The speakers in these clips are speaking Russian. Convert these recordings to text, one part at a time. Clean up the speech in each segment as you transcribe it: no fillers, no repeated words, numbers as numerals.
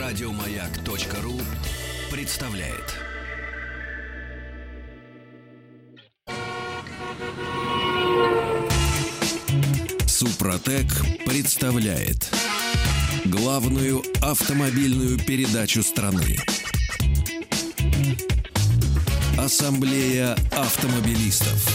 Радиомаяк.ру представляет. Супротек представляет главную автомобильную передачу страны. Ассамблея автомобилистов.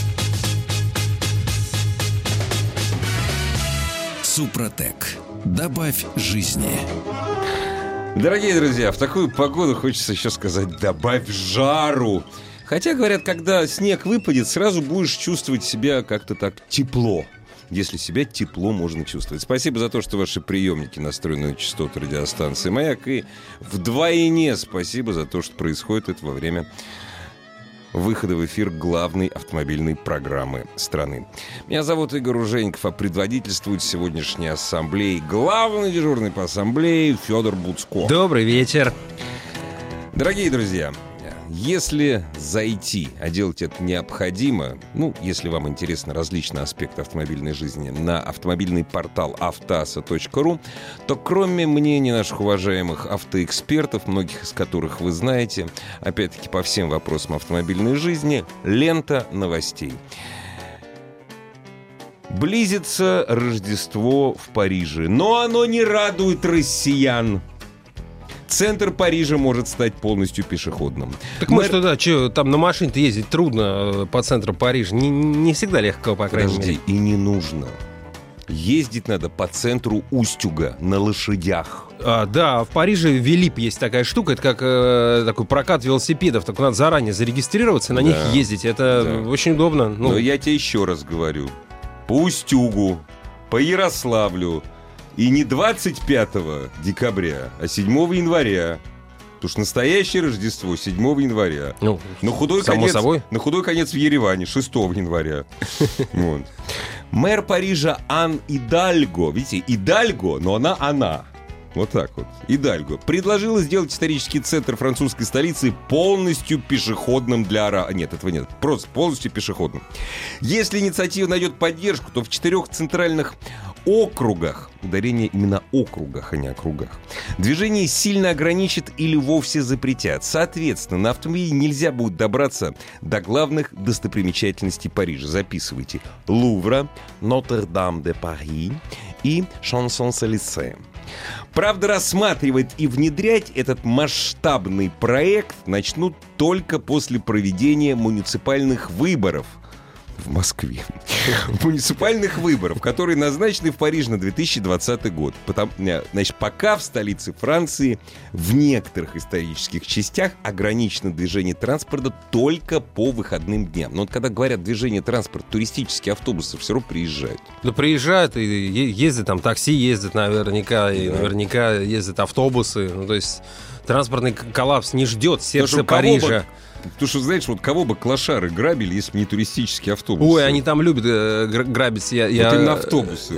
Супротек. Добавь жизни. Дорогие друзья, в такую погоду хочется еще сказать «добавь жару». Хотя, говорят, когда снег выпадет, сразу будешь чувствовать себя как-то так тепло. Если себя тепло можно чувствовать. Спасибо за то, что ваши приемники настроены на частоты радиостанции «Маяк». И вдвойне спасибо за то, что происходит это во время выхода в эфир главной автомобильной программы страны. Меня зовут Игорь Ужеников, а предводительствует сегодняшней ассамблеи главный дежурный по ассамблее Федор Буцко. Добрый вечер. Дорогие друзья, если зайти, а делать это необходимо, если вам интересны различные аспекты автомобильной жизни, на автомобильный портал автоаса.ру, то кроме мнений наших уважаемых автоэкспертов, многих из которых вы знаете, опять-таки по всем вопросам автомобильной жизни, лента новостей. Близится Рождество в Париже, но оно не радует россиян. Центр Парижа может стать полностью пешеходным. Так может, там на машине-то ездить трудно по центру Парижа. Не всегда легко, по крайней мере. И не нужно. Ездить надо по центру Устюга на лошадях. Да, в Париже Велип есть такая штука. Это как такой прокат велосипедов. Только надо заранее зарегистрироваться и на них ездить. Это очень удобно. Но я тебе еще раз говорю. По Устюгу, по Ярославлю. И не 25 декабря, а 7 января. Потому что настоящее Рождество 7 января. На худой конец в Ереване 6 января. Вот. Мэр Парижа Ан Идальго. Видите, Идальго, но она. Вот так вот. Идальго предложила сделать исторический центр французской столицы полностью пешеходным для... Нет, этого нет. Просто полностью пешеходным. Если инициатива найдет поддержку, то в 4 центральных округах, ударение именно округах, а не округах, движение сильно ограничит или вовсе запретят. Соответственно, на автомобиле нельзя будет добраться до главных достопримечательностей Парижа. Записывайте: Лувра, Нотр-Дам-де-Пари и Шансон-Элизе. Правда, рассматривать и внедрять этот масштабный проект начнут только после проведения муниципальных выборов в Москве. Муниципальных выборов, которые назначены в Париже на 2020 год. Значит, пока в столице Франции в некоторых исторических частях ограничено движение транспорта только по выходным дням. Но вот когда говорят движение транспорта, туристические автобусы все равно приезжают. Да приезжают и ездят, там такси ездят наверняка, и наверняка ездят автобусы. То есть транспортный коллапс не ждет сердце Парижа. Потому что, знаешь, вот кого бы клошары грабили, если бы не туристические автобусы? Ой, они там любят грабить. Именно автобусы.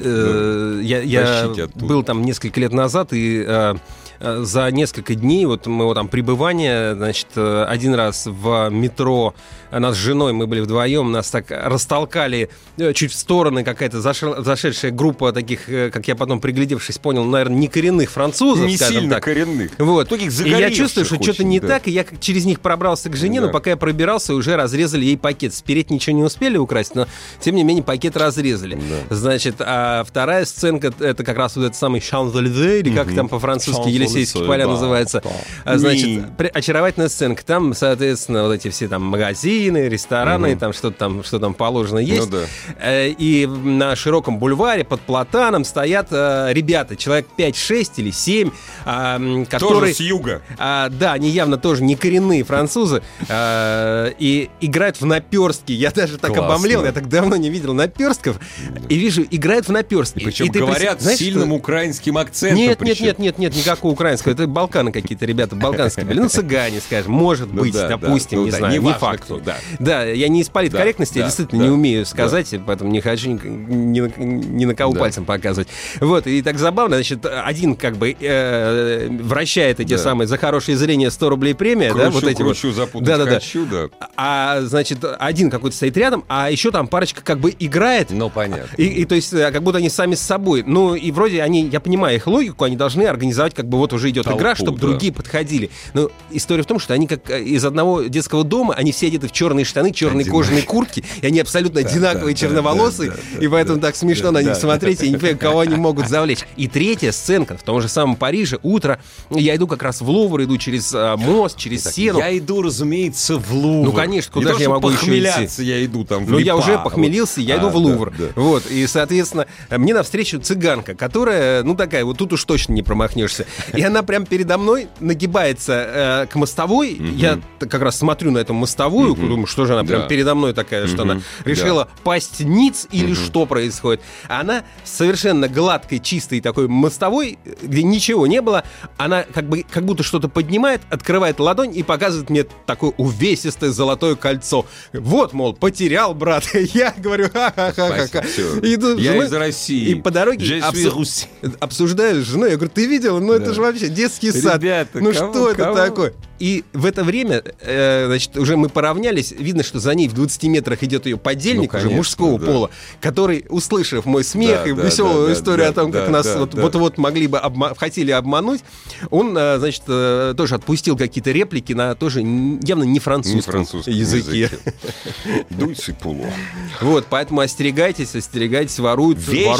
Я был там несколько лет назад, и за несколько дней вот моего там пребывания, значит, один раз в метро, нас с женой, мы были вдвоем, нас так растолкали чуть в стороны, какая-то зашедшая группа таких, как я потом приглядевшись понял, наверное, не коренных французов, не скажем сильно так. коренных. Вот. И я чувствую, что что-то не так, и я через них пробрался к жене, но пока я пробирался, уже разрезали ей пакет. Спереть ничего не успели украсть, но, тем не менее, пакет разрезали. Значит, а вторая сценка, это как раз вот этот самый Шанс-Элизе, или как там по-французски Елисейские поля называется. Значит, очаровательная сценка. Там, соответственно, вот эти все там магазины, рестораны, там что там положено есть. И на широком бульваре под платаном стоят ребята, человек 5-6 или 7, которые... Тоже с юга. Да, они явно тоже не коренные французы, и играют в наперстки. Я даже так обомлел, я так давно не видел наперстков, и вижу, играют в наперстки. И причем говорят с сильным украинским акцентом. Нет, никакого украинского. Это Балканы какие-то ребята, балканские были. Цыгане, скажем, может быть, допустим, не знаю, не факт. Да, я не из политкорректности, я действительно не умею сказать, поэтому не хочу ни на кого пальцем показывать. Вот, и так забавно, значит, один как бы вращает эти самые за хорошее зрение 100 рублей премия, да, вот эти вот. хочу, да. Значит, один какой-то стоит рядом, а еще там парочка как бы играет. Ну, понятно. И то есть, как будто они сами с собой. Ну, и вроде они, я понимаю их логику, они должны организовать, как бы вот уже идет игра, чтобы другие подходили. Но история в том, что они как из одного детского дома, они все одеты в черные штаны, черные кожаные куртки, и они абсолютно одинаковые, черноволосые, и поэтому так смешно на них смотреть, и не понимаю, кого они могут завлечь. И третья сценка в том же самом Париже, утро, я иду как раз в Лувр, иду через мост, через Сену. Я иду, разумеется, в Лувр. Ну, конечно, куда же я могу еще идти? Я иду там в Ну, я уже похмелился, я иду в Лувр. Вот, и, соответственно, мне навстречу цыганка, которая, ну, такая, вот тут уж точно не промахнешься. И она прям передо мной нагибается к мостовой. Я как раз смотрю на эту мостовую, думаю, что же она прям передо мной такая, что она решила пасть ниц или что происходит. А она совершенно гладкой, чистой такой мостовой, где ничего не было, она как будто что-то поднимает, открывает ладонь и показывает мне такое увесистое золотое кольцо. Вот, мол, потерял, брат. Я говорю, ха-ха-ха-ха. Я из России. И по дороге обсуждаю с женой. Я говорю, ты видела? Ну, это же вообще детский сад. Ребята, ну, что это такое? И в это время, значит, уже мы поравнялись. Видно, что за ней в 20 метрах идет ее подельник, уже мужского пола, который, услышав мой смех и веселую историю о том, как нас вот-вот могли бы хотели обмануть, он, значит, тоже отпустил какие-то реплики на тоже явно не французском языке. Дуйцы пуло. Вот, поэтому остерегайтесь, воруют.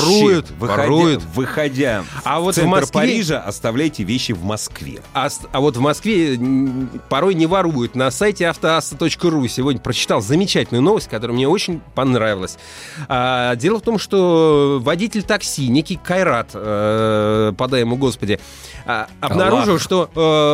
Выходя в центр Парижа, оставляйте вещи в Москве. А вот в Москве порой не воруют. На сайте автоасса.ру сегодня прочитал замечательную новость, которая мне очень понравилась. Дело в том, что водитель такси, некий Кайрат, подай ему Господи, обнаружил, что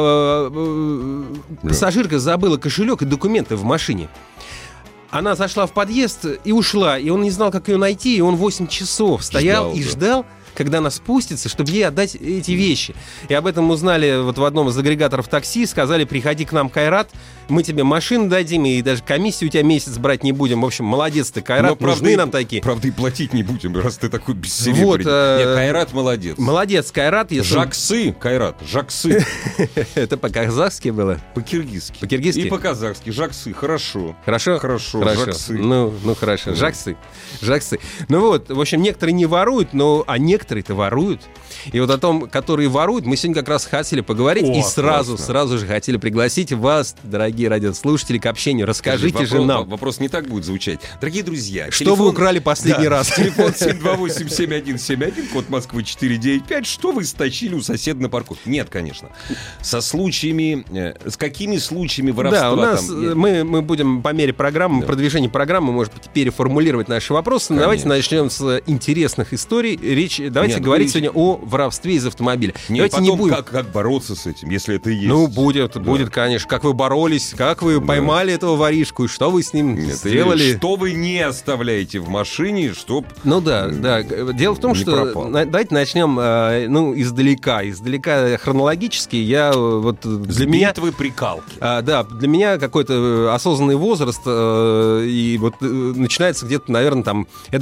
пассажирка забыла кошелек и документы в машине. Она зашла в подъезд и ушла, и он не знал, как ее найти, и он 8 часов стоял и ждал, когда она спустится, чтобы ей отдать эти вещи. И об этом узнали вот в одном из агрегаторов такси, сказали, приходи к нам, Кайрат, мы тебе машину дадим, и даже комиссию у тебя месяц брать не будем. В общем, молодец ты, Кайрат, нужны нам такие. Правда, и платить не будем, раз ты такой бессеребренный. Нет, Кайрат молодец. Молодец, Кайрат. Жаксы, Кайрат, жаксы. Это по-казахски было? По-киргизски. По-киргизски? И по-казахски. Жаксы, хорошо. Хорошо? Хорошо, жаксы. Ну, хорошо, жаксы. Ну вот, в общем, некоторые не воруют, а некоторые-то воруют. И вот о том, которые воруют, мы сегодня как раз хотели поговорить. И сразу же хотели пригласить вас, дорогие радиослушатели, к общению. Расскажите же нам. Вопрос не так будет звучать. Дорогие друзья, что вы украли последний раз? Телефон 728-7171, код Москвы 495. Что вы стащили у соседа на парковке? Нет, конечно. Со случаями... С какими случаями воровства? Да, у нас мы будем по мере программы, продвижения программы, может быть, переформулировать наши вопросы. Конечно. Давайте начнем с интересных историй. Давайте говорить сегодня о воровстве из автомобиля. Давайте не будем... Как бороться с этим, если это и есть? Ну, будет, конечно. Как вы боролись, как вы поймали этого воришку, и что вы с ним сделали? Что вы не оставляете в машине, чтоб... Ну да. Дело в том, что... Давайте начнем издалека. Издалека хронологически. Для меня... Битвы прикалки. Да, для меня какой-то осознанный возраст, и вот начинается где-то, наверное, там,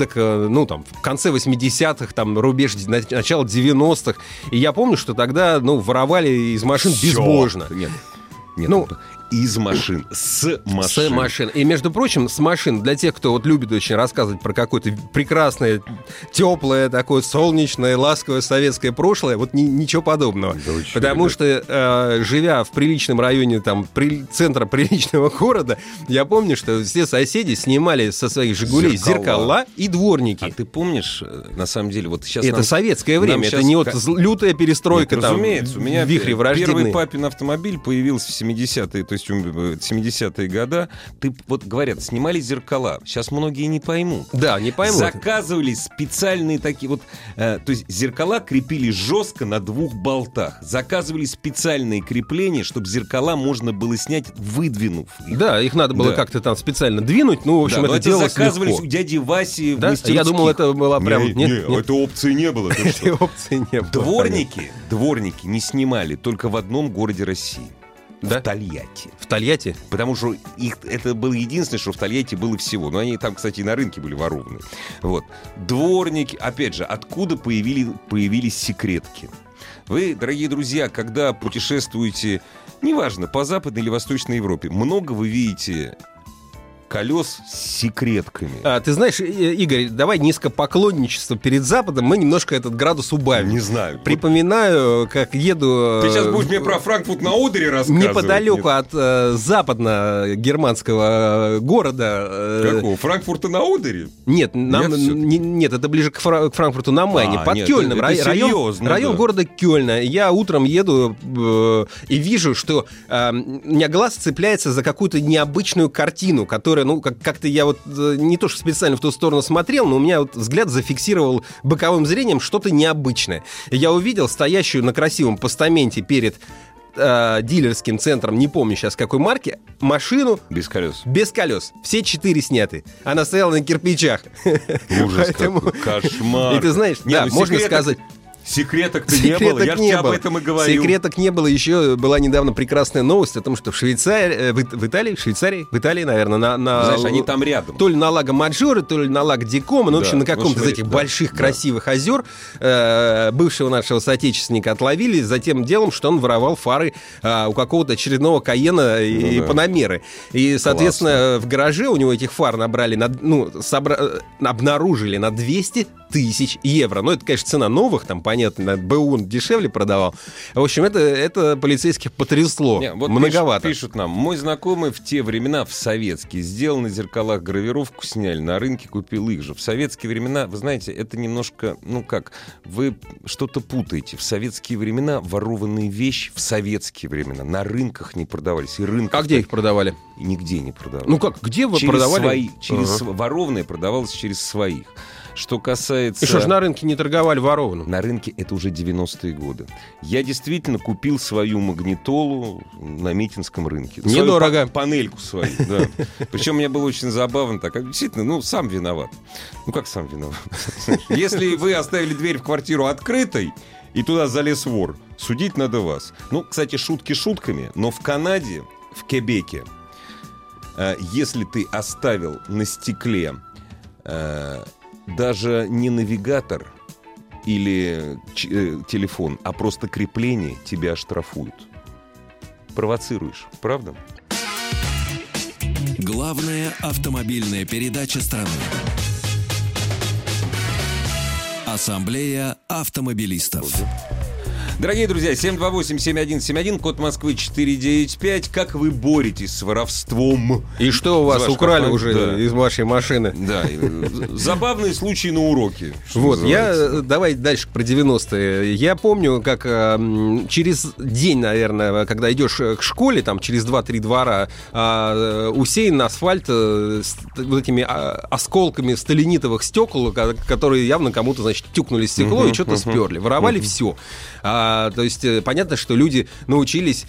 в конце 80-х, там, рубеж, начало 90-х. И я помню, что тогда, воровали из машин безбожно. Нет, из машин, с машин. И, между прочим, с машин, для тех, кто любит очень рассказывать про какое-то прекрасное, теплое, такое солнечное, ласковое советское прошлое, ничего подобного. Да, потому что, живя в приличном районе, центра приличного города, я помню, что все соседи снимали со своих «Жигулей» зеркала и дворники. А ты помнишь, на самом деле, сейчас... Это советское время, это не лютая перестройка. Нет, разумеется, у меня вихри враждебные. Первый папин автомобиль появился в 70-е, то есть 70-е годы, говорят, снимали зеркала. Сейчас многие не поймут. Да, не поймут. Заказывали специальные такие то есть зеркала крепили жестко на 2 болтах. Заказывали специальные крепления, чтобы зеркала можно было снять, выдвинув их. Да, их надо было как-то там специально двинуть. В общем, это делалось заказывались легко. У дяди Васи в мастерских. Я думал, это была прям... Нет, этой опции не было. Этой опции не было. Дворники не снимали только в одном городе России. Да? В Тольятти. В Тольятти? Потому что это было единственное, что в Тольятти было всего. Но они там, кстати, и на рынке были ворованы. Дворники, опять же, откуда появились секретки? Вы, дорогие друзья, когда путешествуете, неважно, по Западной или Восточной Европе, много вы видите колес с секретками. Ты знаешь, Игорь, давай низкопоклонничество перед Западом, мы немножко этот градус убавим. Не знаю. Припоминаю, как еду... Ты сейчас будешь мне про Франкфурт на Одере рассказывать? Неподалеку от западно-германского города. Какого? Франкфурта на Одере? Нет, нет, это ближе к Франкфурту на Майне. Под Кёльном. Район города Кёльна. Я утром еду и вижу, что у меня глаз цепляется за какую-то необычную картину, которая, ну, как-то я вот не то что специально в ту сторону смотрел, но у меня вот взгляд зафиксировал боковым зрением что-то необычное. Я увидел стоящую на красивом постаменте перед дилерским центром, не помню сейчас какой марки, машину... Без колес. Без колес. Все 4 сняты. Она стояла на кирпичах. Ужас, какой кошмар. И ты знаешь, да, можно сказать... Секреток-то не было, я же тебе об этом и говорил. Секреток не было. Еще была недавно прекрасная новость о том, что в Швейцарии, в Италии, наверное, знаешь, они там рядом. То ли на Лаго Маджоре, то ли на Лаго Ди Комо, ну, в общем, на каком-то из этих больших красивых озер бывшего нашего соотечественника отловили за тем делом, что он воровал фары у какого-то очередного Кайена и Панамеры. И, соответственно, в гараже у него этих фар набрали, обнаружили на 200 тысяч евро. Ну, это, конечно, цена новых, там, понятно, БУ он дешевле продавал. В общем, это полицейских потрясло. Вот многовато. Пишут нам: мой знакомый в те времена, в советские, сделал на зеркалах гравировку, сняли, на рынке купил их же. В советские времена, вы знаете, это немножко, вы что-то путаете. В советские времена ворованные вещи в советские времена на рынках не продавались. А где их продавали? Нигде не продавали. Ну как, где вы продавали? Ворованное продавалось через своих. Что касается... И что ж на рынке не торговали ворованным? На рынке это уже 90-е годы. Я действительно купил свою магнитолу на Митинском рынке. Недорого. Панельку свою, да. Причем мне было очень забавно так. Действительно, сам виноват. Как сам виноват? Если вы оставили дверь в квартиру открытой, и туда залез вор, судить надо вас. Кстати, шутки шутками, но в Канаде, в Кебеке, если ты оставил на стекле даже не навигатор или телефон, а просто крепление, тебя оштрафуют. Провоцируешь, правда? Главная автомобильная передача страны. Ассамблея автомобилистов. Дорогие друзья, 728-7171, код Москвы 495. Как вы боретесь с воровством? И что у вас украли уже из вашей машины? Да, забавные случаи на уроке. Давай дальше про 90-е. Я помню, как через день, наверное, когда идешь к школе, там через 2-3 двора, усеян асфальт вот этими осколками сталинитовых стекол, которые явно кому-то, значит, тюкнули стекло и что-то сперли. Воровали все. То есть понятно, что люди научились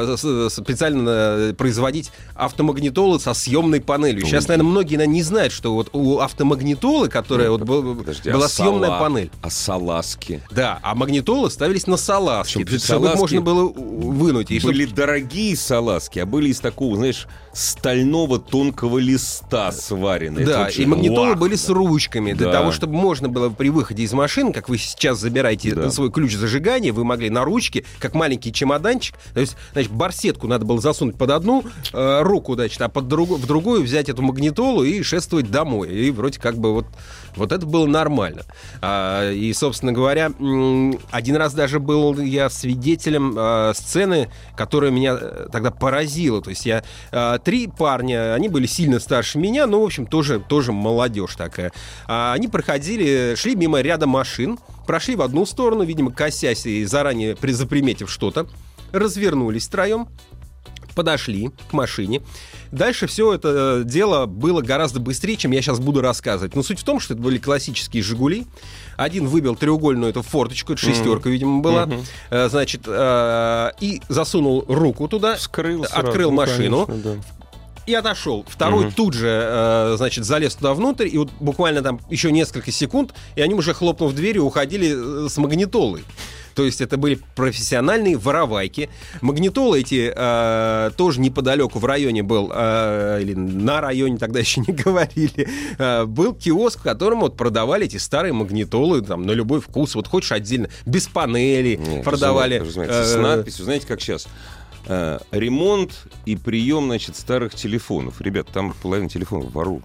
специально производить автомагнитолы со съемной панелью. Сейчас, наверное, многие не знают, что вот у автомагнитолы, которая была съемная панель. А салазки? Да, а магнитолы ставились на салазки, чтобы их можно было вынуть. Были дорогие салазки, а были из такого, знаешь, стального тонкого листа сварены. Да, и магнитолы были с ручками. Для того, чтобы можно было при выходе из машины, как вы сейчас забираете свой ключ зажигания, вы могли на ручке, как маленький чемоданчик, то есть, значит, барсетку надо было засунуть под одну руку, значит, а в другую взять эту магнитолу и шествовать домой. И вроде как бы вот это было нормально. И, собственно говоря, один раз даже был я свидетелем сцены, которая меня тогда поразила. То есть 3 парня, они были сильно старше меня, но, в общем, тоже молодежь такая. Они шли мимо ряда машин, прошли в одну сторону, видимо, косясь и заранее заприметив что-то, развернулись втроем, подошли к машине. Дальше все это дело было гораздо быстрее, чем я сейчас буду рассказывать. Но суть в том, что это были классические «Жигули». Один выбил треугольную эту форточку, это шестерка, видимо, была. Значит, и засунул руку туда, открыл машину. Конечно, да. И отошел. Второй тут же, значит, залез туда внутрь, и вот буквально там еще несколько секунд, и они уже, хлопнув дверью, уходили с магнитолой. То есть это были профессиональные воровайки. Магнитолы эти тоже неподалеку в районе был, или на районе, тогда еще не говорили, был киоск, в котором вот продавали эти старые магнитолы там, на любой вкус. Вот хочешь отдельно, без панели продавали. С надписью, знаете, как сейчас? Ремонт и прием, значит, старых телефонов. Ребят, там половина телефонов воруют.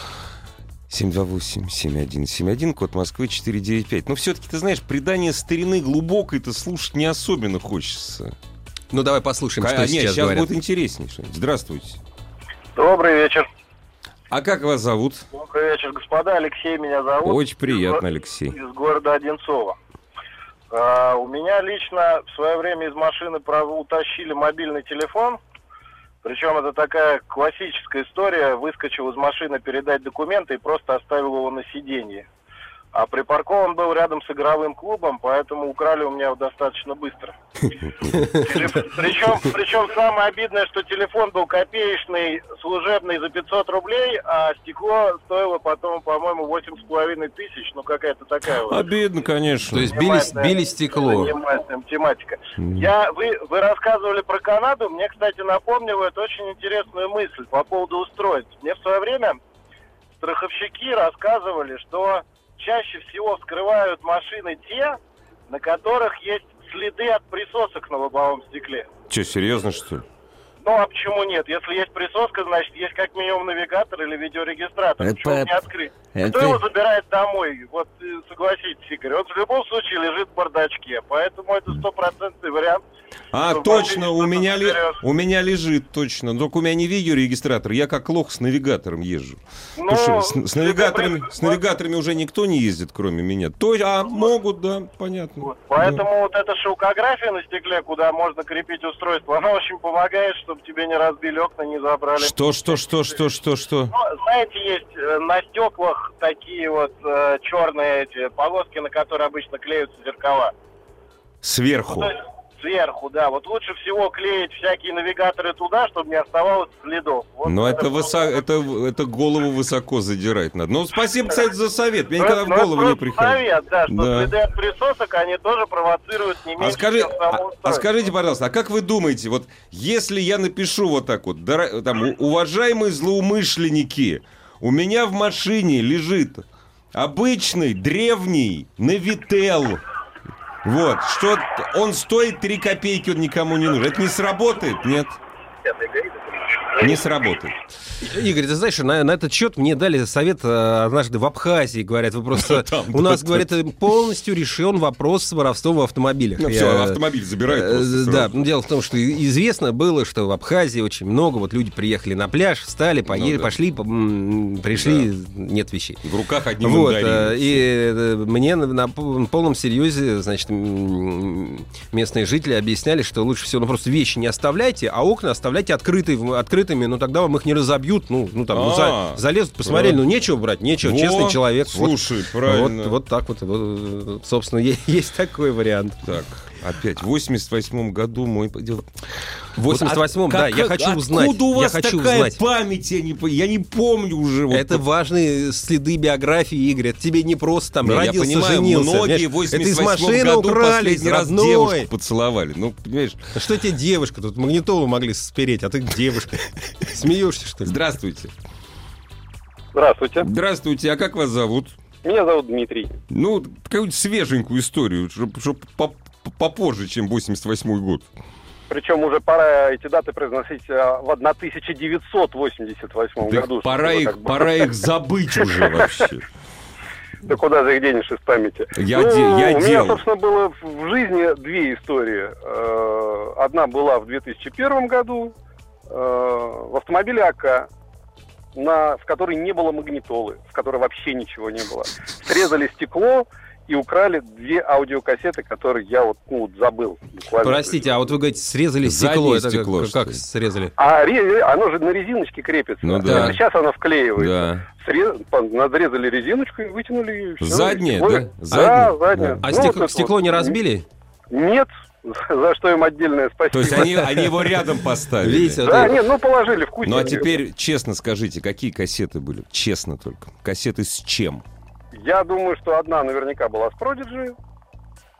728-7171, код Москвы 495. Но все-таки, ты знаешь, предание старины глубокой-то слушать не особенно хочется. Ну, давай послушаем, что сейчас говорят. Будет интереснее. Здравствуйте. Добрый вечер. А как вас зовут? Добрый вечер, господа. Алексей меня зовут. Очень приятно, Алексей. Из города Одинцово. У меня лично в свое время из машины утащили мобильный телефон. Причем это такая классическая история. Выскочил из машины передать документы и просто оставил его на сиденье. А припаркован был рядом с игровым клубом, поэтому украли у меня его достаточно быстро. Причем самое обидное, что телефон был копеечный, служебный за 500 рублей, а стекло стоило потом, по-моему, 8,5 тысяч. Ну, какая-то такая вот. Обидно, конечно. То есть били стекло. Занимательная тематика. Вы рассказывали про Канаду. Мне, кстати, напомнило это очень интересную мысль по поводу устройств. Мне в свое время страховщики рассказывали, что чаще всего вскрывают машины те, на которых есть следы от присосок на лобовом стекле. Че, серьезно, что ли? Ну, а почему нет? Если есть присоска, значит, есть как минимум навигатор или видеорегистратор. Почему не открыть? Кто его забирает домой? Вот, согласитесь, Игорь. Он в любом случае лежит в бардачке. Поэтому это 100% вариант. Точно, у меня лежит, точно. Только у меня не видеорегистратор, я как лох с навигатором езжу. Ну, с навигаторами уже никто не ездит, кроме меня. Могут, да, понятно. Вот. Поэтому вот эта шелкография на стекле, куда можно крепить устройство, она очень помогает, чтобы тебе не разбили окна, не забрали. Что? Ну, знаете, есть на стеклах такие вот черные эти полоски, на которые обычно клеются зеркала. Сверху. Сверху, да. Вот лучше всего клеить всякие навигаторы туда, чтобы не оставалось следов. Вот. Но это голову высоко задирать надо. Ну, спасибо, кстати, за совет. Мне никогда в голову не приходило. Совет, да, что следы от присосок, они тоже провоцируют не меньше, чем само устройство. Скажите, пожалуйста, а как вы думаете, вот если я напишу вот так вот, там, уважаемые злоумышленники, у меня в машине лежит обычный древний Навител. Вот, что он стоит 3 копейки, он никому не нужен. Это не сработает, нет? Не сработает. Игорь, ты знаешь, на этот счет мне дали совет однажды в Абхазии. Говорят, вы просто... У нас, говорят, полностью решен вопрос с воровством в автомобилях. Ну, все, автомобиль забирают. Да, дело в том, что известно было, что в Абхазии очень много, вот люди приехали на пляж, встали, пошли, пришли, нет вещей. В руках одни мандарины. И мне на полном серьезе, значит, местные жители объясняли, что лучше всего просто вещи не оставляйте, а окна оставляйте открытыми, но тогда вам их не разобьют. Залезут, посмотрели, нечего брать, честный человек. Слушай, правильно. Вот так вот, собственно, есть такой вариант. Так, опять, в 88-м году мой... В 88-м, да, я хочу узнать. Откуда у вас такая память? Я не помню уже. Это важные следы биографии, Игорь. Это тебе не просто там родился, женился. Многие в 88-м году последний раз девушку поцеловали. Ну, понимаешь. Что тебе девушка? Тут магнитолу могли спереть, а ты девушка. Смеешься, что ли? Здравствуйте. Здравствуйте. Здравствуйте. А как вас зовут? Меня зовут Дмитрий. Ну, какую-нибудь свеженькую историю, чтобы попозже, чем 88-й год. Причем уже пора эти даты произносить в 1988 году. Пора их забыть уже вообще. Да куда же их денешь из памяти? У меня, собственно, было в жизни 2 истории. Одна была в 2001 году в автомобиле АК, в которой не было магнитолы, в которой вообще ничего не было. Срезали стекло и украли 2 аудиокассеты, которые я забыл. Простите, а вот вы говорите, срезали стекло. Это стекло, как срезали? Оно же на резиночке крепится. Ну, да. Сейчас оно вклеивается. Да. Надрезали резиночку и вытянули ее. Заднее, да? Заднее. А стекло не разбили? Нет. За что им отдельное спасибо. То есть они его рядом поставили? Видите, положили в кучу. Ну, а теперь честно скажите, какие кассеты были? Честно только. Кассеты с чем? Я думаю, что одна наверняка была с Prodigy.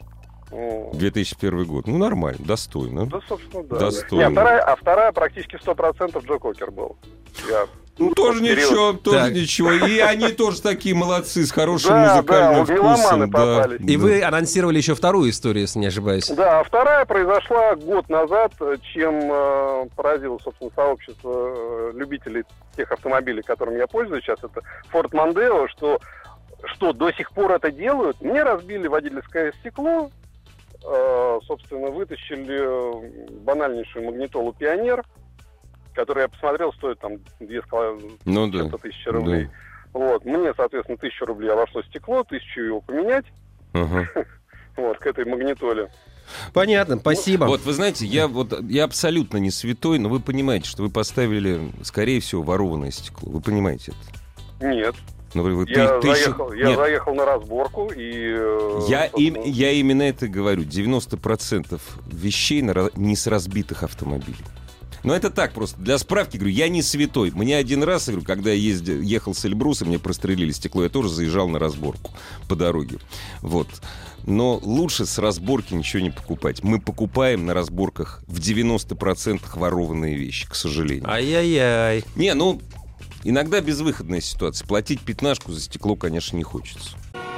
2001 год. Ну, нормально, достойно. Да, собственно, да. Достойно. Нет, вторая практически 100% Джо Кокер был. Тоже ничего. И они тоже такие молодцы, с хорошим музыкальным вкусом. Попались. И вы анонсировали еще вторую историю, если не ошибаюсь. Да, вторая произошла год назад, чем поразило, собственно, сообщество любителей тех автомобилей, которыми я пользуюсь сейчас. Это Ford Mondeo, что до сих пор это делают. Мне разбили водительское стекло, собственно, вытащили банальнейшую магнитолу «Пионер», который я посмотрел, стоит там 2,5 тысячи рублей. Да. Вот. Мне, соответственно, 1000 рублей обошло стекло, 1000 его поменять. Вот, к этой магнитоле. Понятно, спасибо. Вот, вы знаете, я абсолютно не святой, но вы понимаете, что вы поставили, скорее всего, ворованное стекло. Вы понимаете это? Нет. Я заехал на разборку и... Я именно это говорю. 90% вещей не с разбитых автомобилей. Но это так просто. Для справки, говорю, я не святой. Мне один раз, говорю, когда я ехал с Эльбруса, мне прострелили стекло, я тоже заезжал на разборку по дороге. Вот. Но лучше с разборки ничего не покупать. Мы покупаем на разборках в 90% ворованные вещи, к сожалению. Ай-яй-яй. Иногда безвыходная ситуация. Платить 15 за стекло, конечно, не хочется.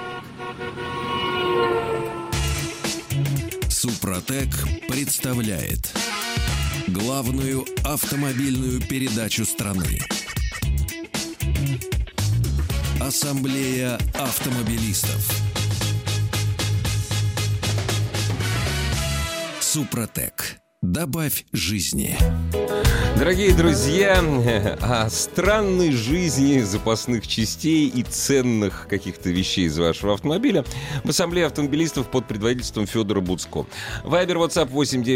Супротек представляет главную автомобильную передачу страны. Ассамблея автомобилистов. Супротек. Добавь жизни. Дорогие друзья, о странной жизни запасных частей и ценных каких-то вещей из вашего автомобиля в Ассамблее автомобилистов под предводительством Федора Буцко. Вайбер, WhatsApp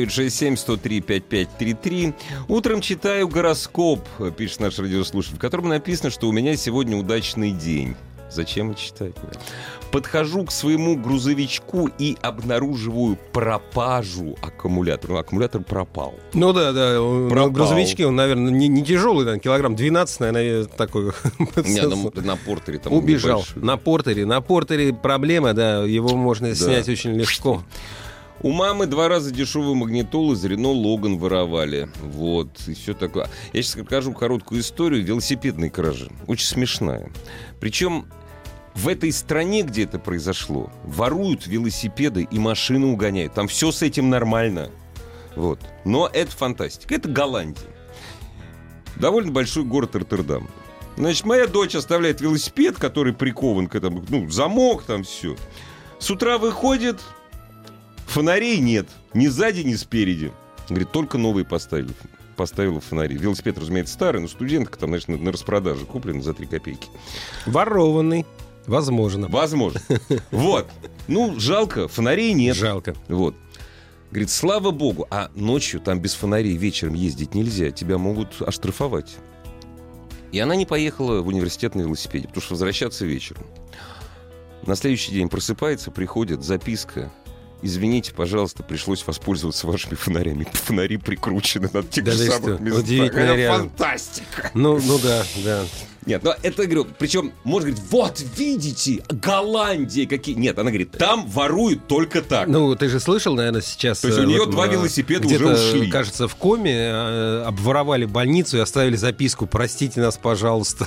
8967-103-5533. Утром читаю гороскоп, пишет наш радиослушатель, в котором написано, что у меня сегодня удачный день. Зачем читать? Подхожу к своему грузовичку и обнаруживаю пропажу аккумулятора. Аккумулятор пропал. Ну да. На грузовичке он, наверное, не тяжелый, наверное, килограмм 12, наверное, такой. На портере там убежал. Небольшой. На портере проблема, да, его можно снять очень легко. У мамы 2 раза дешевую магнитолу из Рено Логан воровали. Вот, и все такое. Я сейчас расскажу короткую историю велосипедной кражи. Очень смешная. Причем в этой стране, где это произошло, воруют велосипеды и машины угоняют. Там все с этим нормально. Вот. Но это фантастика. Это Голландия. Довольно большой город Роттердам. Значит, моя дочь оставляет велосипед, который прикован к этому, замок там все. С утра выходит, фонарей нет. Ни сзади, ни спереди. Говорит, только новые поставила фонари. Велосипед, разумеется, старый, но студентка там, значит, на распродаже куплена за 3 копейки. Ворованный. Возможно. Вот. Жалко, фонарей нет. Жалко. Вот. Говорит, слава богу, а ночью там без фонарей вечером ездить нельзя, тебя могут оштрафовать. И она не поехала в университет на велосипеде, потому что возвращаться вечером. На следующий день просыпается, приходит записка. Извините, пожалуйста, пришлось воспользоваться вашими фонарями. Фонари прикручены на тех же самых местах. Удивительно. Фантастика. Да. Нет, но это, говорю, причем, может говорить, вот, видите, Голландия какие... Нет, она говорит, там воруют только так. Ты же слышал, наверное, сейчас... То есть у нее 2 велосипеда уже ушли. Кажется, в Коме обворовали больницу и оставили записку «Простите нас, пожалуйста».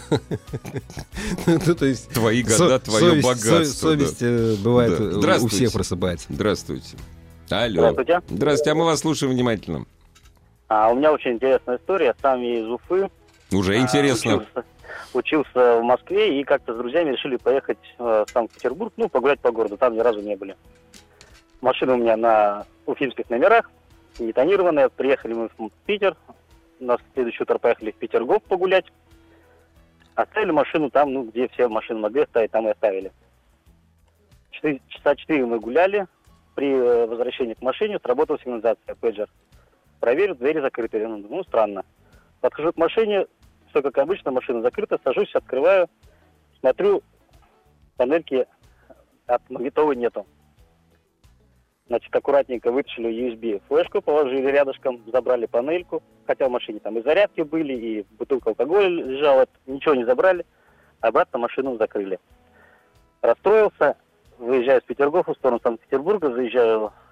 Твои года, твое богатство. Совесть, бывает, у всех просыпается. Здравствуйте. Алло. Здравствуйте, а мы вас слушаем внимательно. У меня очень интересная история. Сам я из Уфы. Уже интересно. Учился в Москве и как-то с друзьями решили поехать в Санкт-Петербург, погулять по городу, там ни разу не были. Машина у меня на уфимских номерах, не тонированная. Приехали мы в Питер, на следующее утро поехали в Петергоф погулять. Оставили машину там, где все машины могли оставить, там и оставили. Часа 4 мы гуляли, при возвращении к машине сработала сигнализация, пейджер. Проверю, двери закрыты. Странно. Подхожу к машине, все как обычно, машина закрыта, сажусь, открываю, смотрю, панельки от магнитолы нету. Значит, аккуратненько вытащили USB-флешку, положили рядышком, забрали панельку, хотя в машине там и зарядки были, и бутылка алкоголя лежала, ничего не забрали, обратно машину закрыли. Расстроился, выезжаю с Петергофа в сторону Санкт-Петербурга, заезжаю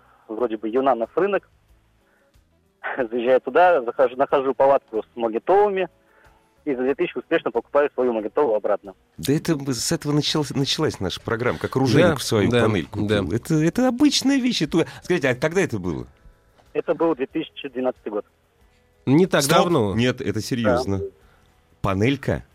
вроде бы Юнанов рынок. Заезжаю туда, нахожу палатку с магнитолами, и за 2000 успешно покупаю свою магнитолу обратно. Да это с этого началась наша программа, как оружейник в свою панель купил. Да. Это обычная вещь. Скажите, а когда это было? Это был 2012 год. Не так давно. Нет, это серьезно. Да. Панелька?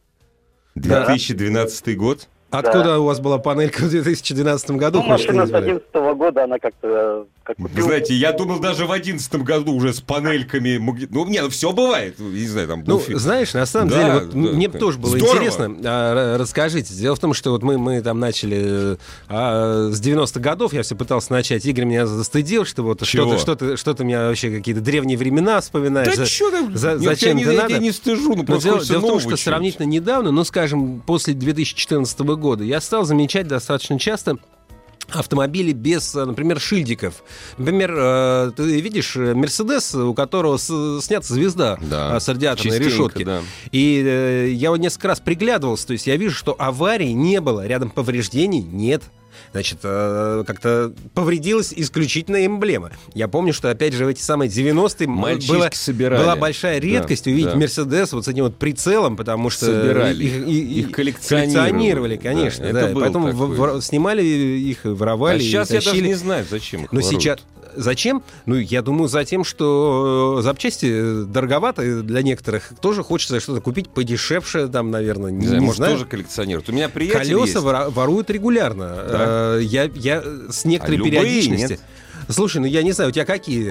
2012 год? Откуда у вас была панелька в 2012 году? Машина с 2011 года, она как-то... Вы знаете, я думал, даже в 2011 году уже с панельками... все бывает. Не знаю, там... знаешь, на самом деле, мне тоже было интересно. Расскажите. Дело в том, что вот мы там начали с 90-х годов, я все пытался начать. Игорь меня застыдил, что вот что-то меня вообще какие-то древние времена вспоминаешь. Да что там? Зачем это надо? Я не стыжу, но дело в том, что сравнительно недавно, скажем, после 2014 года, я стал замечать достаточно часто автомобили без, например, шильдиков. Например, ты видишь Мерседес, у которого снята звезда с радиаторной решетки. Да. И я вот несколько раз приглядывался, то есть я вижу, что аварий не было, рядом повреждений нет. Значит, как-то повредилась исключительно эмблема. Я помню, что, опять же, в эти самые 90-е была большая редкость увидеть Мерседес вот с этим вот прицелом, потому что их коллекционировали, конечно. Да. Поэтому снимали их, воровали. А сейчас я даже не знаю, зачем их воруют. Зачем? Я думаю, за тем, что запчасти дороговато для некоторых. Тоже хочется что-то купить подешевше, там, наверное. Не может, знаю. тоже коллекционируют. У меня приятель колеса воруют регулярно. Да. Я с некоторой периодичностью. Нет? Слушай, я не знаю, у тебя какие?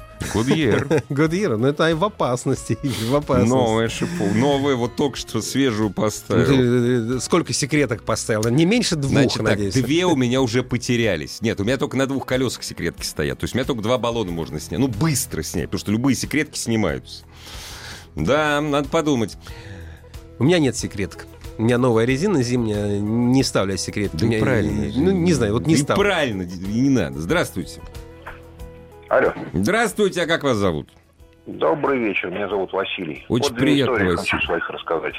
Гудьер. Это в опасности. Новая шипу. Новую вот только что свежую поставил. Ты сколько секреток поставил? Не меньше 2, надеюсь. 2 у меня уже потерялись. Нет, у меня только на 2 колесах секретки стоят. То есть у меня только 2 баллона можно снять. Быстро снять, потому что любые секретки снимаются. Да, надо подумать. У меня нет секреток. У меня новая резина зимняя, не ставлю секретки. Да и правильно. Не знаю, вот не ставлю. И правильно, не надо. Здравствуйте. Алло. Здравствуйте, а как вас зовут? Добрый вечер, меня зовут Василий. Очень приятно, Василий. Хочу своих рассказать.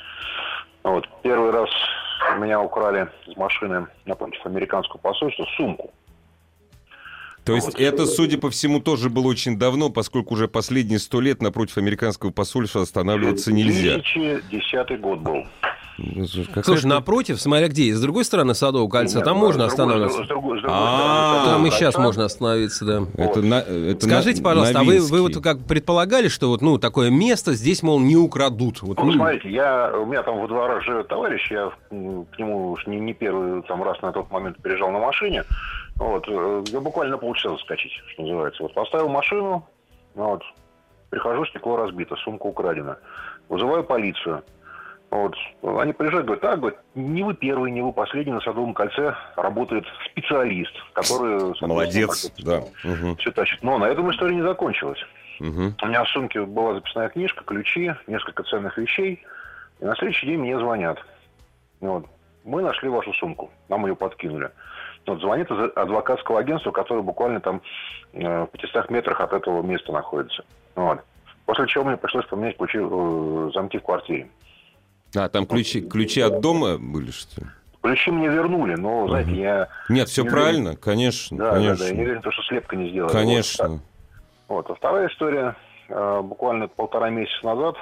Первый раз меня украли из машины напротив американского посольства сумку. То есть это, судя по всему, тоже было очень давно, поскольку уже последние 100 лет напротив американского посольства останавливаться нельзя. 2010 год был. Слушай, напротив, смотря где, с другой стороны Садового кольца, там можно останавливаться. Там и сейчас можно остановиться, да. Скажите, пожалуйста, а вы вот как предполагали, что вот такое место здесь, мол, не украдут? Смотрите, у меня там во дворах живет товарищ, я к нему уж не первый раз на тот момент приезжал на машине. Я буквально на полчаса заскочить, что называется. Поставил машину, прихожу, стекло разбито, сумка украдена. Вызываю полицию. Они приезжают, говорят, не вы первый, не вы последний, на Садовом кольце работает специалист, который... Молодец, да. Все тащит. Но на этом история не закончилась. У меня в сумке была записная книжка, ключи, несколько ценных вещей. И на следующий день мне звонят. Мы нашли вашу сумку, нам ее подкинули. Звонит из адвокатского агентства, которое буквально там в 500 метрах от этого места находится. После чего мне пришлось поменять замки в квартире. Там ключи от дома были, что ли? Ключи мне вернули, но, знаете, я... Нет, все правильно, конечно. Да, я не уверен, что слепка не сделали. Конечно. А вторая история. Буквально 1,5 месяца назад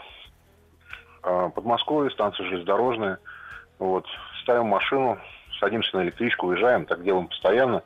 в Подмосковье, станция железнодорожная. Ставим машину, садимся на электричку, уезжаем, так делаем постоянно.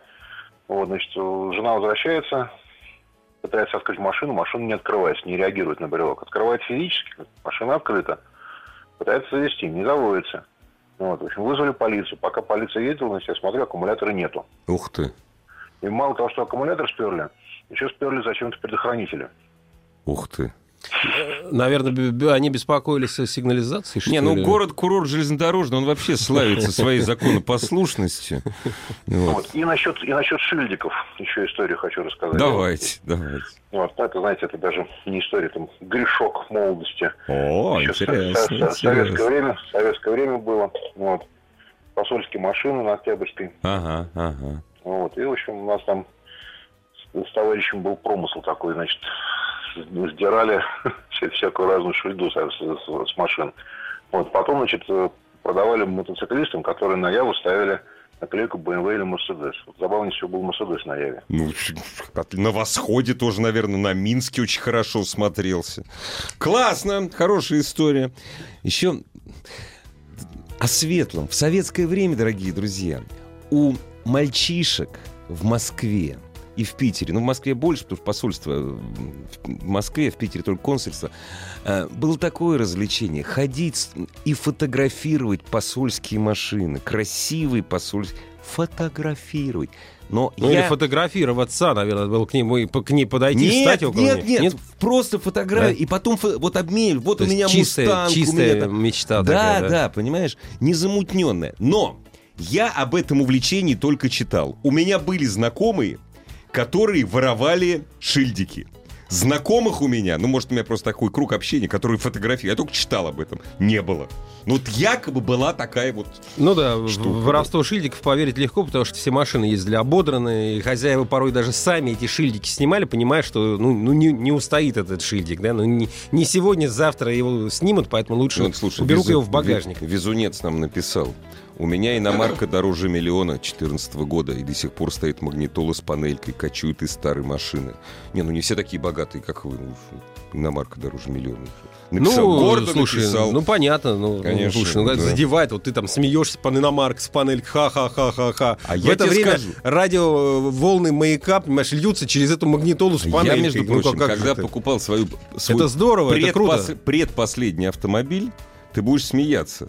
Жена возвращается, пытается открыть машину, машина не открывается, не реагирует на брелок. Открывает физически, машина открыта. Пытается завести, не заводится. В общем, вызвали полицию. Пока полиция ездила, я смотрю, аккумулятора нету. Ух ты. И мало того, что аккумулятор сперли, еще сперли зачем-то предохранители. Ух ты. Наверное, они беспокоились о сигнализации, что ли? Город-курорт железнодорожный, он вообще славится своей законопослушностью. И насчет шильдиков еще историю хочу рассказать. Давайте. Это, знаете, это даже не история, там грешок молодости. Интересно. Советское время было. Посольские машины на Октябрьской. Ага. И, в общем, у нас там с товарищем был промысел такой, значит, сдирали всякую разную шильду с машин. Потом, значит, продавали мотоциклистам, которые на Яву ставили наклейку BMW или Mercedes. Вот забавно, еще был Mercedes на Яве. Ну, на Восходе тоже, наверное, на Минске очень хорошо смотрелся. Классно, хорошая история. Еще о светлом. В советское время, дорогие друзья, у мальчишек в Москве и в Питере, ну, в Москве больше, потому что посольство в Москве, в Питере только консульство, было такое развлечение — ходить и фотографировать посольские машины, красивые посольские, фотографировать. Но или фотографироваться, наверное, было к ней подойти, встать около них. Нет, просто фотография, да? И потом вот обмен, вот у меня Мустанг. Чистая мечта такая, да, понимаешь, незамутненная. Но я об этом увлечении только читал. У меня были знакомые, которые воровали шильдики. Знакомых у меня, ну, может, у меня просто такой круг общения, которые фотографируют. Я только читал об этом. Не было. Ну, вот якобы была такая вот Ну да, штука. В воровство шильдиков поверить легко, потому что все машины ездили ободранные, и хозяева порой даже сами эти шильдики снимали, понимая, что не устоит этот шильдик, да, не сегодня, завтра его снимут, поэтому лучше уберу-ка его в багажник. Везунец нам написал: у меня иномарка дороже миллиона 2014 года, и до сих пор стоит магнитола с панелькой, качует из старой машины. Не все такие богатые, как вы. Иномарка дороже миллиона. Написал, гордо слушай, написал. Ну, понятно. Конечно, слушай, да. Задевает, вот ты там смеешься по иномарке с панелькой, ха-ха-ха-ха-ха. А в это время радиоволны Маяка, понимаешь, льются через эту магнитолу с панелькой. Я, между прочим, когда покупал свой это здорово, это круто. Предпоследний автомобиль, ты будешь смеяться.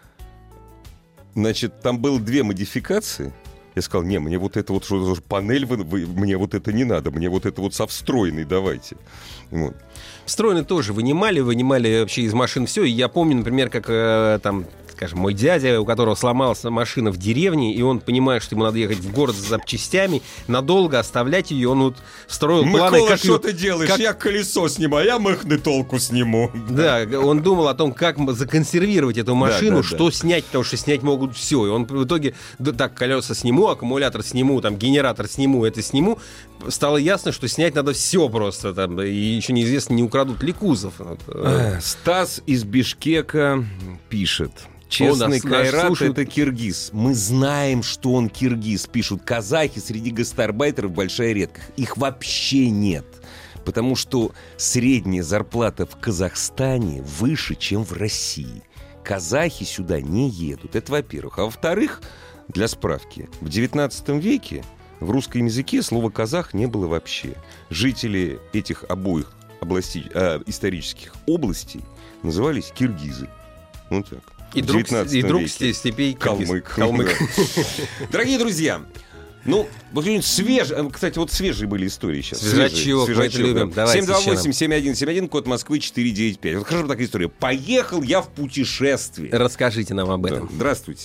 Значит, там было 2 модификации. Я сказал: не, мне вот это вот панель, мне вот это не надо, мне вот это вот со встроенной давайте. Вот. Встроенный тоже вынимали вообще из машин все. И я помню, например, как там, скажем, мой дядя, у которого сломалась машина в деревне, и он, понимает, что ему надо ехать в город за запчастями, надолго оставлять ее, он вот строил планы... Микола, что ты делаешь? Я колесо сниму, а я махнетолку сниму. Да, он думал о том, как законсервировать эту машину, что снять, потому что снять могут все. И он в итоге, так, колеса сниму, аккумулятор сниму, там, генератор сниму, это сниму. Стало ясно, что снять надо все просто, там, и еще неизвестно, не украдут ли кузов. Стас из Бишкека пишет: честный Кайрат — это киргиз. Мы знаем, что он киргиз. Пишут: казахи среди гастарбайтеров большая редкость. Их вообще нет. Потому что средняя зарплата в Казахстане выше, чем в России. Казахи сюда не едут. Это во-первых. А во-вторых, для справки, в 19 веке в русском языке слова «казах» не было вообще. Жители этих обоих исторических областей назывались киргизы. Вот так. И друг степей калмык. Дорогие друзья, вот свежие, кстати, вот свежие были истории сейчас. Свежачок, мы это любим. 728-7171, код Москвы 495. Вот хорошо такая история. Поехал я в путешествие. Расскажите нам об этом. Здравствуйте.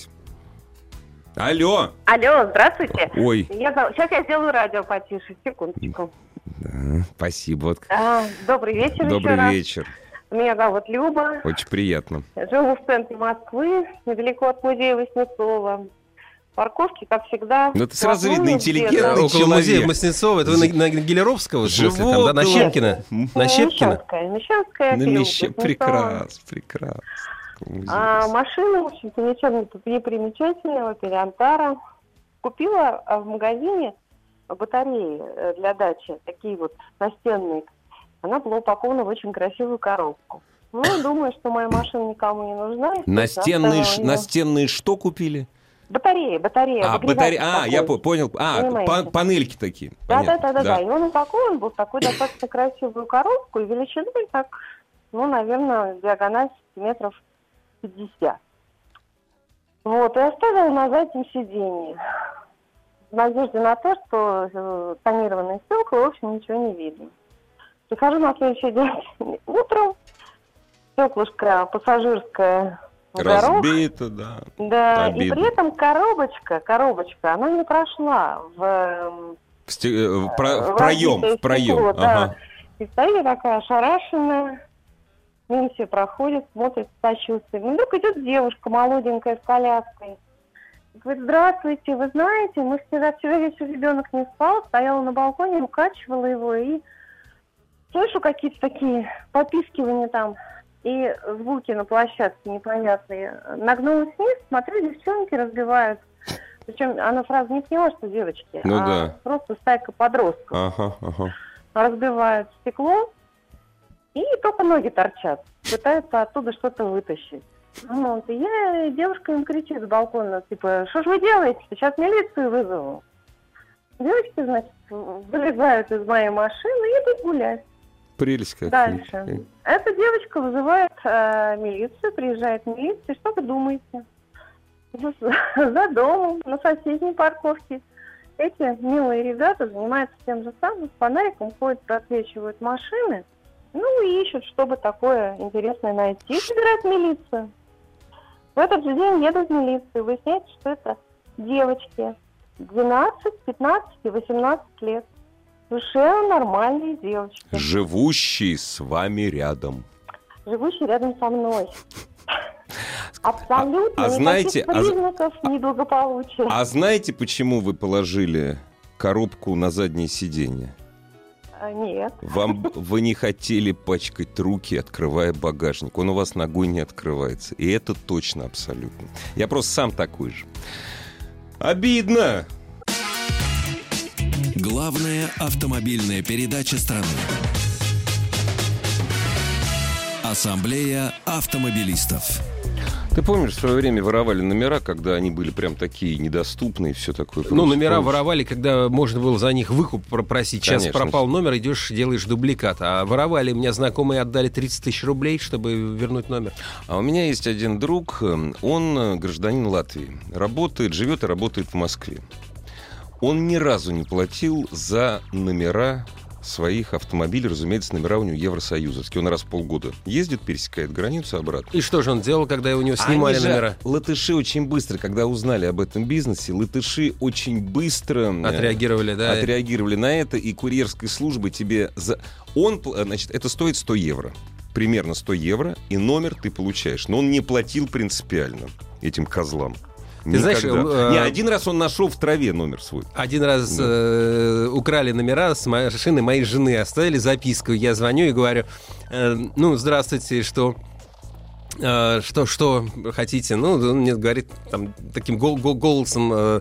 Алло, здравствуйте. Ой. Сейчас я сделаю радио потише, секундочку. Да, спасибо. Добрый вечер. Добрый вечер. Меня зовут Люба. Очень приятно. Живу в центре Москвы, недалеко от музея Васнецова. Парковки, как всегда. Ну, это сразу видно, интеллигентный человек. Около музея Васнецова. Это вы на Гелеровского, живу, там, да, на Щепкина? На Щепкина? Мещанская. Прекрасно. Машина, в общем-то, ничем тут не примечательного, Антара. Купила в магазине батареи для дачи, такие вот настенные. Она была упакована в очень красивую коробку. Думаю, что моя машина никому не нужна. Настенные что купили? Батарея. Я понял. Панельки такие. Да. И он упакован был в такую достаточно красивую коробку, и величиной так, наверное, диагональ сантиметров 50. Вот, и оставила на заднем сиденье. В надежде на то, что тонированные стекла, в общем, ничего не видно. Прихожу на следующий день утром, стеклышко пассажирское разбито, да. Да, обидно. И при этом коробочка, она не прошла в проем. Да. И стою такая ошарашенная, мимо все проходит, смотрит с сочувствием. Вдруг идет девушка молоденькая с коляской. Говорит: здравствуйте, вы знаете, мы вчера вечер ребенок не спал, стояла на балконе, укачивала его, и слышу какие-то такие попискивания там и звуки на площадке непонятные. Нагнулась вниз, смотрю, девчонки разбивают Причем она сразу не поняла, что девочки, просто стайка подростков. Разбивают стекло, и только ноги торчат. Пытаются оттуда что-то вытащить. Вот. И девушка им кричит с балкона, типа, что ж вы делаете? Сейчас милицию вызову. Девочки, значит, вылезают из моей машины и идут гулять. Прелесть какая. Дальше. Эта девочка вызывает милицию, приезжает милиция. Что вы думаете? За домом, на соседней парковке. Эти милые ребята занимаются тем же самым. С фонариком ходят, просвечивают машины. Ну и ищут, чтобы такое интересное найти. И собирают милицию. В этот же день едут в милицию. Выясняется, что это девочки 12, 15 и 18 лет. Совершенно нормальные девочки. Живущие с вами рядом. Живущие рядом со мной. Абсолютно никаких признаков неблагополучия. А знаете, почему вы положили коробку на заднее сиденье? Нет. Вы не хотели пачкать руки, открывая багажник. Он у вас ногой не открывается. И это точно абсолютно. Я просто сам такой же. Обидно! Главная автомобильная передача страны. Ассамблея автомобилистов. Ты помнишь, в свое время воровали номера, когда они были прям такие недоступные и все такое? Ну, номера воровали, когда можно было за них выкуп просить. Сейчас конечно, пропал номер, идешь, делаешь дубликат. А воровали, у меня знакомые отдали 30 тысяч рублей, чтобы вернуть номер. А у меня есть один друг, он гражданин Латвии. Живет и работает в Москве. Он ни разу не платил за номера своих автомобилей, разумеется, номера у него евросоюзовские. Он раз в полгода ездит, пересекает границу обратно. И что же он делал, когда у него снимали номера? Латыши очень быстро, когда узнали об этом бизнесе, латыши очень быстро отреагировали на это, и курьерской службы тебе... Значит, это стоит 100 евро. Примерно 100 евро, и номер ты получаешь. Но он не платил принципиально этим козлам. Ты знаешь, один раз он нашел в траве номер свой. Один раз украли номера с машины моей жены, оставили записку. Я звоню и говорю, здравствуйте, что хотите? Ну, он мне говорит там, таким голосом...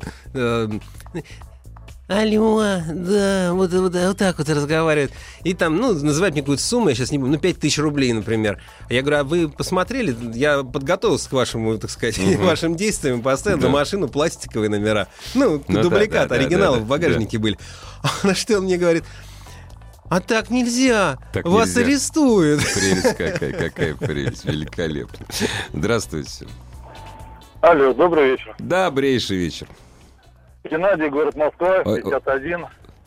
Алло, да, вот так вот разговаривает. И там, называет мне какую-то сумму, я сейчас не помню, 5 тысяч рублей, например. Я говорю, а вы посмотрели? Я подготовился к вашему, так сказать, вашим действиям, поставил на машину пластиковые номера. Дубликат, оригиналы в багажнике были. На что он мне говорит, а так нельзя, вас арестуют. Прелесть какая прелесть, великолепно. Здравствуйте. Алло, добрый вечер. Добрейший вечер. Геннадий, город Москва, 51.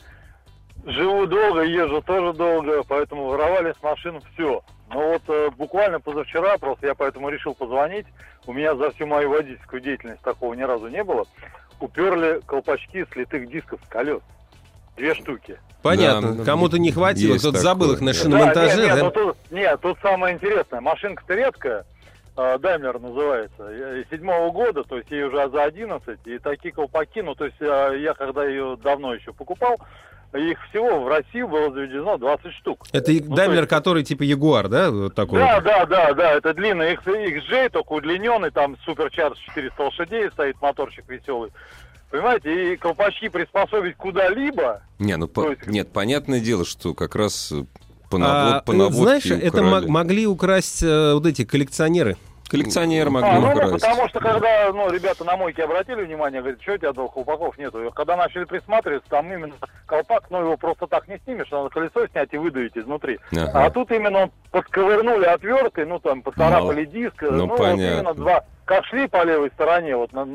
Живу долго, езжу тоже долго, поэтому воровали с машин все. Но вот буквально позавчера, просто я поэтому решил позвонить, у меня за всю мою водительскую деятельность такого ни разу не было, уперли колпачки с литых дисков с колес. 2 штуки. Понятно, да, кому-то не хватило, кто-то забыл их на шиномонтаже. Тут самое интересное, машинка-то редкая. Даймлер называется, 7-го года, то есть ей уже за 11, и такие колпаки, то есть я когда ее давно еще покупал, их всего в России было заведено 20 штук. Это Даймлер, который типа Ягуар, да? Вот такой да, это длинный XJ, только удлиненный, там суперчарж 400 лошадей, стоит моторчик веселый. Понимаете, и колпачки приспособить куда-либо... Нет, понятное дело, что как раз... По наводке знаешь, это могли украсть вот эти коллекционеры. Коллекционеры могли украсть. Потому что когда ребята на мойке обратили внимание, говорят, что у тебя колпаков нету. Когда начали присматриваться, там именно колпак, его просто так не снимешь, надо колесо снять и выдавить изнутри. Ага. А тут именно подковырнули отверткой, поцарапали диск. Понятно. Именно как шли по левой стороне,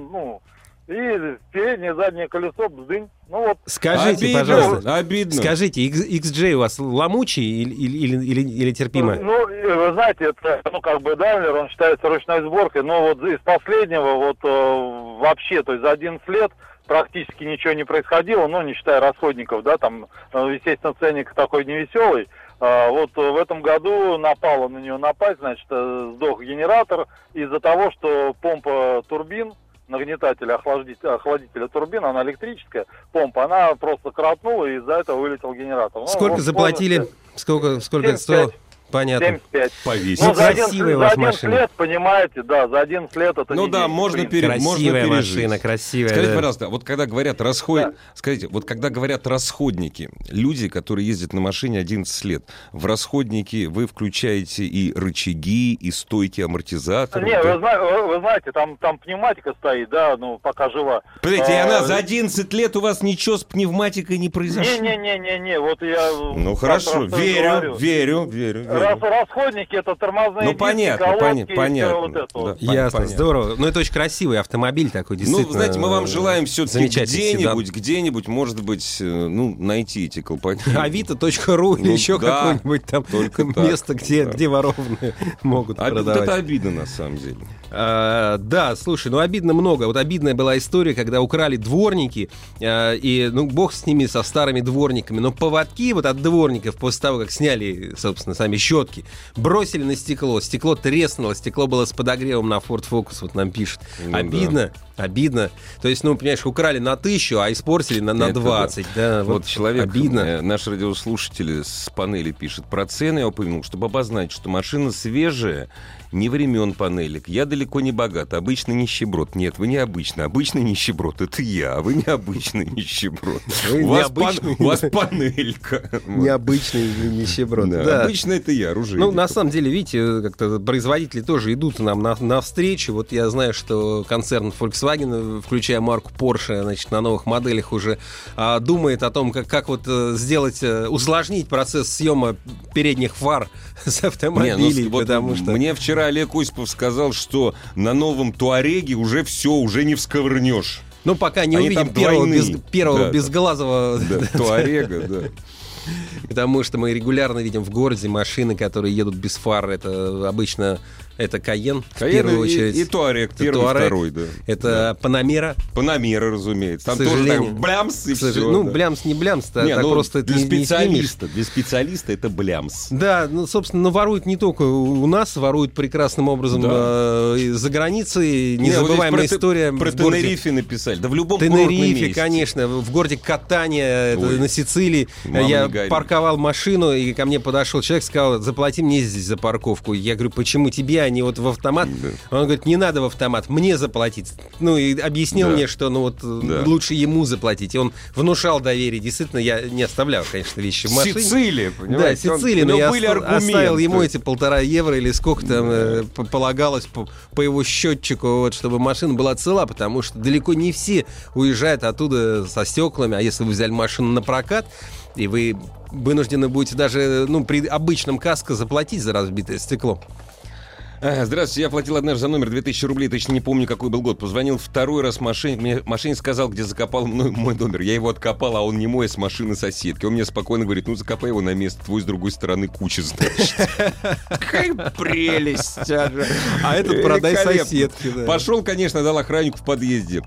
и переднее, заднее колесо, бздынь. Скажите, пожалуйста, обидно. Скажите, XJ у вас ломучий или терпимо? Вы знаете, это, Даймлер, он считается ручной сборкой, но из последнего, вообще, то есть за 11 лет практически ничего не происходило, не считая расходников, да, там, естественно, ценник такой невеселый. В этом году напала на нее напасть, значит, сдох генератор из-за того, что помпа турбин, нагнетателя, охладителя турбин, она электрическая помпа, она просто коротнула, и из-за этого вылетел генератор. Сколько заплатили? Сколько это стоило? Понятно. 75. Повесить. Ну, красивая у вас машина. За 11 лет, понимаете, да, за 11 лет это ну не да, день, можно красивая пережить. машина, красивая. Скажите, да. пожалуйста, вот когда говорят скажите, вот когда говорят расходники, люди, которые ездят на машине 11 лет, в расходники вы включаете и рычаги, и стойки амортизаторов? Не, да? вы знаете, там пневматика стоит, да, ну, пока жива. Подождите, и она за 11 лет у вас ничего с пневматикой не произошло? Не, вот я... Ну, хорошо, верю. Расходники — это тормозные диски, колодки, понятно. Вот это вот. Ясно, понятно. здорово. Ну, это очень красивый автомобиль такой, действительно. Ну, знаете, мы вам желаем все-таки замечательный где-нибудь, может быть, найти эти колпаки. Авито.ру или еще какое-нибудь там место, где ворованные могут продавать. Это обидно, на самом деле. Да, слушай, обидно много. Вот обидная была история, когда украли дворники, и, бог с ними, со старыми дворниками, но поводки вот от дворников после того, как сняли, собственно, сами щетки, бросили на стекло. Стекло треснуло, стекло было с подогревом на Ford Focus, вот нам пишут. Обидно. То есть, понимаешь, украли на 1000, а испортили на 20. Да, вот человек, обидно. Наш радиослушатель с панели пишет: про цены я упомянул, чтобы обозначить, что машина свежая, не времен панелек. Я далеко не богат, обычный нищеброд. Нет, вы не обычный. Обычный нищеброд — это я, а вы не обычный нищеброд. У вас панелька. Необычный нищеброд. Да. Обычно это я, оружейник. На самом деле, видите, как-то производители тоже идут нам навстречу. Вот я знаю, что концерн Volkswagen, включая марку Porsche, значит, на новых моделях уже думает о том, как вот сделать, усложнить процесс съема передних фар с автомобилей. Потому что... Мне вчера Олег Осипов сказал, что на новом Туареге уже все, уже не всковырнешь. Пока не увидим первого безглазого Туарега, да. Потому что мы регулярно видим в городе машины, которые едут без фар. Это обычно Кайен, в первую очередь. И Туарек, первый, второй, да. Это Панамера. Панамера, разумеется. Там тоже так блямс и все. Блямс не блямс, так просто для специалиста. Для специалиста это блямс. Да, собственно, воруют не только у нас, воруют прекрасным образом за границей. Незабываемая история. Про Тенерифе написали. Да в любом курортном месте. Тенерифе, конечно. В городе Катания, на Сицилии. Я парковал машину, и ко мне подошел человек, сказал: заплати мне здесь за парковку. Я говорю: почему тебе, а не вот в автомат? Он говорит: не надо в автомат, мне заплатить. И объяснил мне, что лучше ему заплатить. И он внушал доверие. Действительно, я не оставлял, конечно, вещи в машине. Сицилия, понимаете? Да, Сицилия, но я оставил ему эти 1,5 евро или сколько там полагалось по его счетчику, чтобы машина была цела, потому что далеко не все уезжают оттуда со стеклами. А если вы взяли машину на прокат, и вы вынуждены будете даже при обычном каско заплатить за разбитое стекло. Здравствуйте, я платил однажды за номер 2000 рублей, точно не помню, какой был год. Позвонил второй раз мошенник, мне мошенник сказал, где закопал мой номер. Я его откопал, а он не мой, а с машины соседки. Он мне спокойно говорит: закопай его на место, твой с другой стороны куча, значит. Какая прелесть! А этот продай соседке. Пошел, конечно, дал охраннику в подъезде.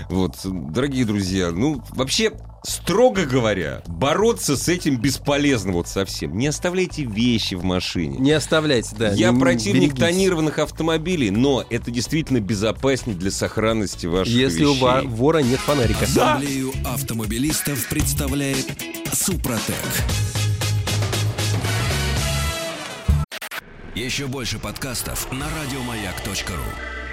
Дорогие друзья, вообще... Строго говоря, бороться с этим бесполезно совсем. Не оставляйте вещи в машине. Не оставляйте, да. Я противник тонированных автомобилей, но это действительно безопаснее для сохранности ваших вещей. Если у вора нет фонарика. Ассамблею автомобилистов представляет Супротек. Еще больше подкастов на радиомаяк.ру.